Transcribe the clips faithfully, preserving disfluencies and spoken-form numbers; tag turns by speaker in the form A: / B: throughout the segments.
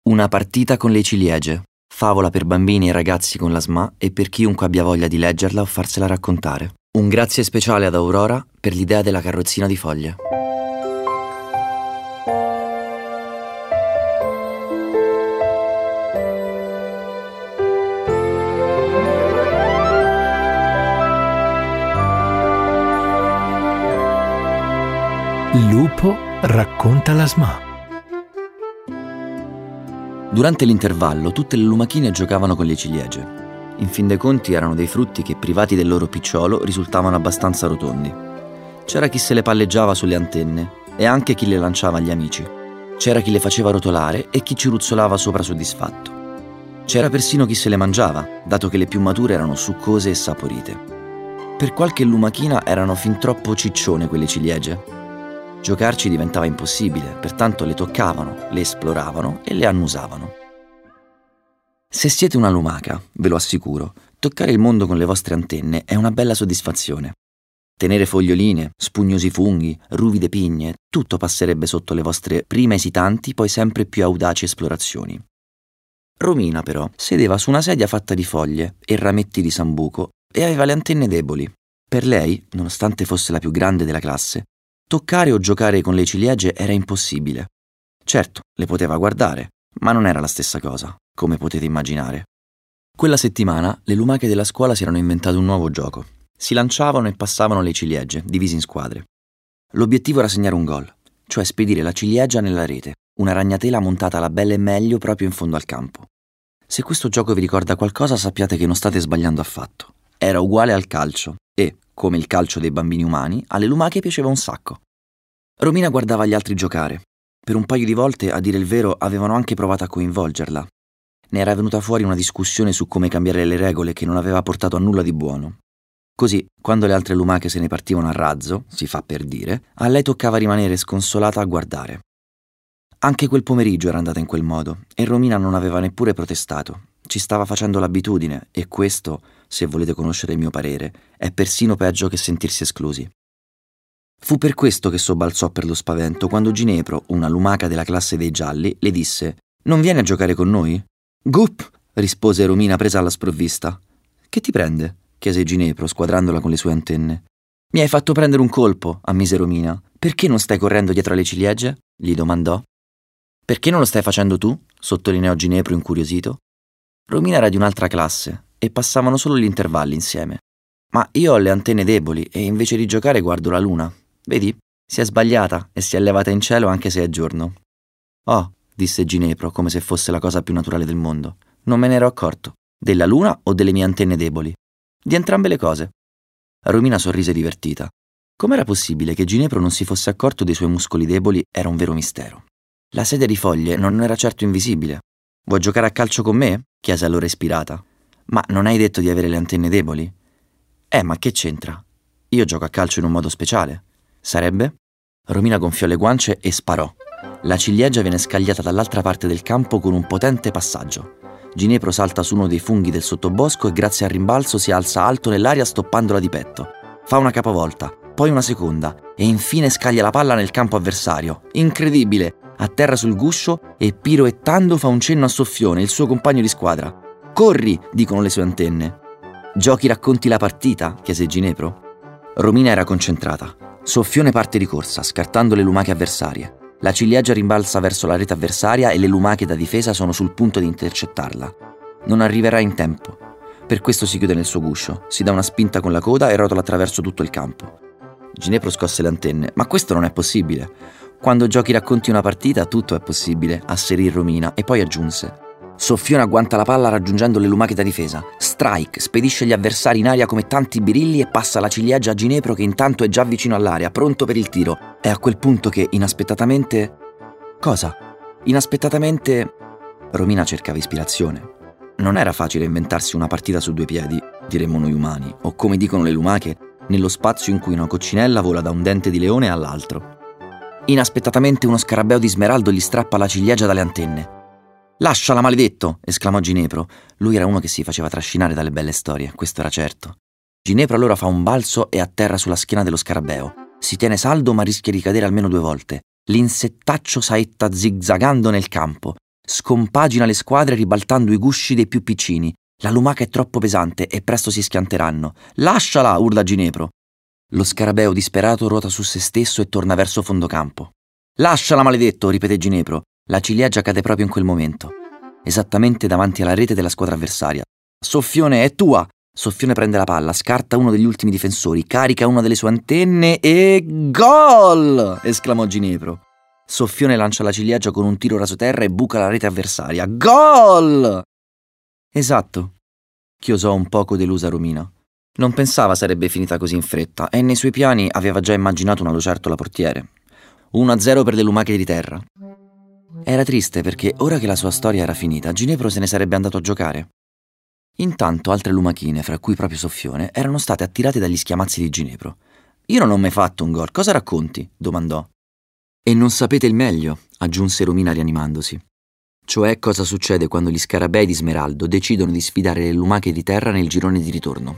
A: Una partita con le ciliegie, favola per bambini e ragazzi con la S M A e per chiunque abbia voglia di leggerla o farsela raccontare. Un grazie speciale ad Aurora per l'idea della carrozzina di foglie.
B: Lupo racconta la S M A.
A: Durante l'intervallo tutte le lumachine giocavano con le ciliegie. In fin dei conti erano dei frutti che, privati del loro picciolo, risultavano abbastanza rotondi. C'era chi se le palleggiava sulle antenne e anche chi le lanciava agli amici. C'era chi le faceva rotolare e chi ci ruzzolava sopra soddisfatto. C'era persino chi se le mangiava, dato che le più mature erano succose e saporite. Per qualche lumachina erano fin troppo ciccione quelle ciliegie. Giocarci diventava impossibile, pertanto le toccavano, le esploravano e le annusavano. Se siete una lumaca, ve lo assicuro, toccare il mondo con le vostre antenne è una bella soddisfazione. Tenere foglioline, spugnosi funghi, ruvide pigne, tutto passerebbe sotto le vostre prima esitanti, poi sempre più audaci esplorazioni. Romina, però, sedeva su una sedia fatta di foglie e rametti di sambuco e aveva le antenne deboli. Per lei, nonostante fosse la più grande della classe, toccare o giocare con le ciliegie era impossibile. Certo, le poteva guardare, ma non era la stessa cosa, come potete immaginare. Quella settimana le lumache della scuola si erano inventate un nuovo gioco. Si lanciavano e passavano le ciliegie, divisi in squadre. L'obiettivo era segnare un gol, cioè spedire la ciliegia nella rete, una ragnatela montata alla bella e meglio proprio in fondo al campo. Se questo gioco vi ricorda qualcosa, sappiate che non state sbagliando affatto. Era uguale al calcio e, come il calcio dei bambini umani, alle lumache piaceva un sacco. Romina guardava gli altri giocare. Per un paio di volte, a dire il vero, avevano anche provato a coinvolgerla. Ne era venuta fuori una discussione su come cambiare le regole che non aveva portato a nulla di buono. Così, quando le altre lumache se ne partivano a razzo, si fa per dire, a lei toccava rimanere sconsolata a guardare. Anche quel pomeriggio era andata in quel modo e Romina non aveva neppure protestato. Ci stava facendo l'abitudine e questo, se volete conoscere il mio parere, è persino peggio che sentirsi esclusi. Fu per questo che sobbalzò per lo spavento quando Ginepro, una lumaca della classe dei gialli, le disse: «Non vieni a giocare con noi?» «Gup!» rispose Romina presa alla sprovvista. «Che ti prende?» chiese Ginepro, squadrandola con le sue antenne. «Mi hai fatto prendere un colpo», ammise Romina. «Perché non stai correndo dietro alle ciliegie?» gli domandò. «Perché non lo stai facendo tu?» sottolineò Ginepro incuriosito. Romina era di un'altra classe e passavano solo gli intervalli insieme. «Ma io ho le antenne deboli e invece di giocare guardo la luna. Vedi? Si è sbagliata e si è levata in cielo anche se è giorno». «Oh», disse Ginepro come se fosse la cosa più naturale del mondo. «Non me ne ero accorto. Della luna o delle mie antenne deboli?» «Di entrambe le cose». Romina sorrise divertita. Com'era possibile che Ginepro non si fosse accorto dei suoi muscoli deboli era un vero mistero. La sedia di foglie non era certo invisibile. «Vuoi giocare a calcio con me?» chiese allora ispirata. «Ma non hai detto di avere le antenne deboli?» «Eh, ma che c'entra? Io gioco a calcio in un modo speciale». «Sarebbe?» Romina gonfiò le guance e sparò. La ciliegia viene scagliata dall'altra parte del campo con un potente passaggio. Ginepro salta su uno dei funghi del sottobosco e grazie al rimbalzo si alza alto nell'aria stoppandola di petto. Fa una capovolta, poi una seconda e infine scaglia la palla nel campo avversario. Incredibile! Atterra sul guscio e piroettando fa un cenno a Soffione, il suo compagno di squadra. «Corri!» dicono le sue antenne. «Giochi racconti la partita?» chiese Ginepro. Romina era concentrata. Soffione parte di corsa, scartando le lumache avversarie. La ciliegia rimbalza verso la rete avversaria e le lumache da difesa sono sul punto di intercettarla. Non arriverà in tempo. Per questo si chiude nel suo guscio, si dà una spinta con la coda e rotola attraverso tutto il campo. Ginepro scosse le antenne. «Ma questo non è possibile!» «Quando giochi racconti una partita, tutto è possibile», asserì Romina e poi aggiunse: «Soffione agguanta la palla raggiungendo le lumache da difesa. Strike, spedisce gli avversari in aria come tanti birilli e passa la ciliegia a Ginepro che intanto è già vicino all'area, pronto per il tiro. È a quel punto che, inaspettatamente...» «Cosa?» «Inaspettatamente...» Romina cercava ispirazione. Non era facile inventarsi una partita su due piedi, diremmo noi umani, o come dicono le lumache, nello spazio in cui una coccinella vola da un dente di leone all'altro. Inaspettatamente uno scarabeo di smeraldo gli strappa la ciliegia dalle antenne. «Lasciala, maledetto!» esclamò Ginepro. Lui era uno che si faceva trascinare dalle belle storie, questo era certo. Ginepro allora fa un balzo e atterra sulla schiena dello scarabeo. Si tiene saldo ma rischia di cadere almeno due volte. L'insettaccio saetta zigzagando nel campo. Scompagina le squadre ribaltando i gusci dei più piccini. La lumaca è troppo pesante e presto si schianteranno. Lasciala, urla Ginepro. Lo scarabeo disperato ruota su se stesso e torna verso fondo campo. Lasciala, maledetto, ripete Ginepro. La ciliegia cade proprio in quel momento, esattamente davanti alla rete della squadra avversaria. Soffione, è tua! Soffione prende la palla, scarta uno degli ultimi difensori, carica una delle sue antenne e... Gol! Esclamò Ginepro. Soffione lancia la ciliegia con un tiro rasoterra e buca la rete avversaria. Gol! Esatto, chiosò un poco delusa Romina. Non pensava sarebbe finita così in fretta e nei suoi piani aveva già immaginato una lucertola portiere. uno a zero per le lumache di terra. Era triste perché ora che la sua storia era finita, Ginepro se ne sarebbe andato a giocare. Intanto altre lumachine, fra cui proprio Soffione, erano state attirate dagli schiamazzi di Ginepro. «Io non ho mai fatto un gol, cosa racconti?» domandò. «E non sapete il meglio», aggiunse Romina rianimandosi. «Cioè cosa succede quando gli scarabei di Smeraldo decidono di sfidare le lumache di terra nel girone di ritorno».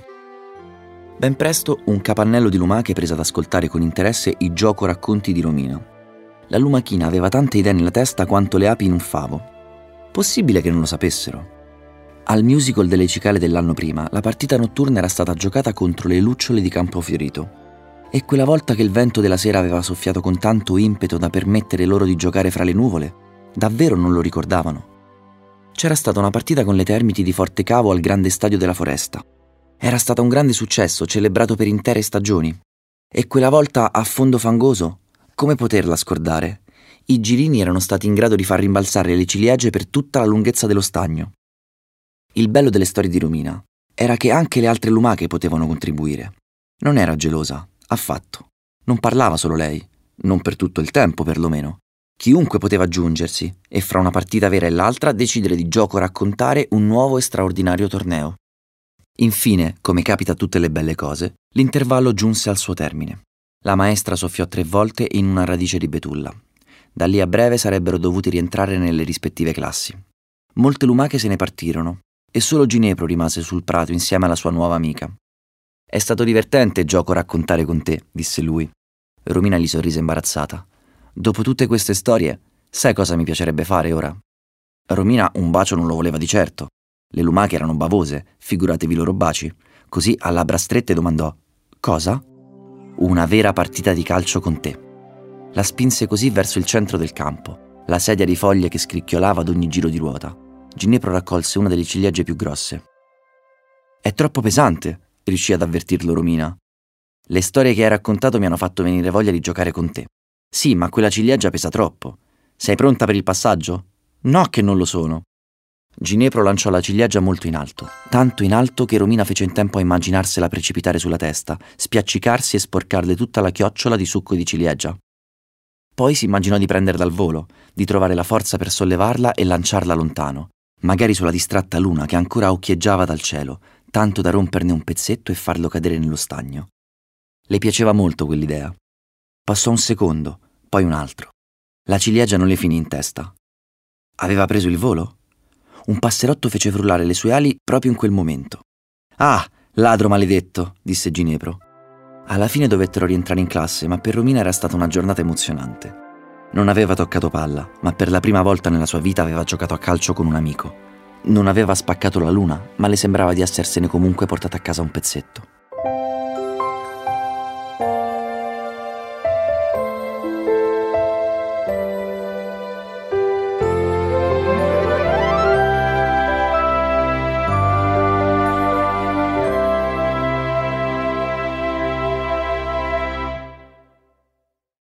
A: Ben presto un capannello di lumache prese ad ascoltare con interesse i gioco racconti di Romina. La lumachina aveva tante idee nella testa quanto le api in un favo. Possibile che non lo sapessero. Al musical delle cicale dell'anno prima, la partita notturna era stata giocata contro le lucciole di Campofiorito. E quella volta che il vento della sera aveva soffiato con tanto impeto da permettere loro di giocare fra le nuvole, davvero non lo ricordavano. C'era stata una partita con le Termiti di Fortecavo al grande stadio della Foresta. Era stata un grande successo, celebrato per intere stagioni. E quella volta a fondo fangoso, come poterla scordare? I girini erano stati in grado di far rimbalzare le ciliegie per tutta la lunghezza dello stagno. Il bello delle storie di Romina era che anche le altre lumache potevano contribuire. Non era gelosa, affatto. Non parlava solo lei, non per tutto il tempo perlomeno. Chiunque poteva aggiungersi e fra una partita vera e l'altra decidere di gioco raccontare un nuovo e straordinario torneo. Infine, come capita a tutte le belle cose, l'intervallo giunse al suo termine. La maestra soffiò tre volte in una radice di betulla. Da lì a breve sarebbero dovuti rientrare nelle rispettive classi. Molte lumache se ne partirono e solo Ginepro rimase sul prato insieme alla sua nuova amica. «È stato divertente gioco raccontare con te», disse lui. Romina gli sorrise imbarazzata. «Dopo tutte queste storie, sai cosa mi piacerebbe fare ora?» Romina un bacio non lo voleva di certo. Le lumache erano bavose, figuratevi i loro baci. Così a labbra strette domandò: «Cosa?» «Una vera partita di calcio con te». La spinse così verso il centro del campo, la sedia di foglie che scricchiolava ad ogni giro di ruota. Ginepro raccolse una delle ciliegie più grosse. «È troppo pesante», riuscì ad avvertirlo Romina. «Le storie che hai raccontato mi hanno fatto venire voglia di giocare con te». «Sì, ma quella ciliegia pesa troppo. Sei pronta per il passaggio?» «No che non lo sono». Ginepro lanciò la ciliegia molto in alto, tanto in alto che Romina fece in tempo a immaginarsela precipitare sulla testa, spiaccicarsi e sporcarle tutta la chiocciola di succo di ciliegia. Poi si immaginò di prenderla al volo, di trovare la forza per sollevarla e lanciarla lontano, magari sulla distratta luna che ancora occhieggiava dal cielo, tanto da romperne un pezzetto e farlo cadere nello stagno. Le piaceva molto quell'idea. Passò un secondo, poi un altro. La ciliegia non le finì in testa. Aveva preso il volo? Un passerotto fece frullare le sue ali proprio in quel momento. «Ah, ladro maledetto», disse Ginepro. Alla fine dovettero rientrare in classe, ma per Romina era stata una giornata emozionante. Non aveva toccato palla, ma per la prima volta nella sua vita aveva giocato a calcio con un amico. Non aveva spaccato la luna, ma le sembrava di essersene comunque portata a casa un pezzetto.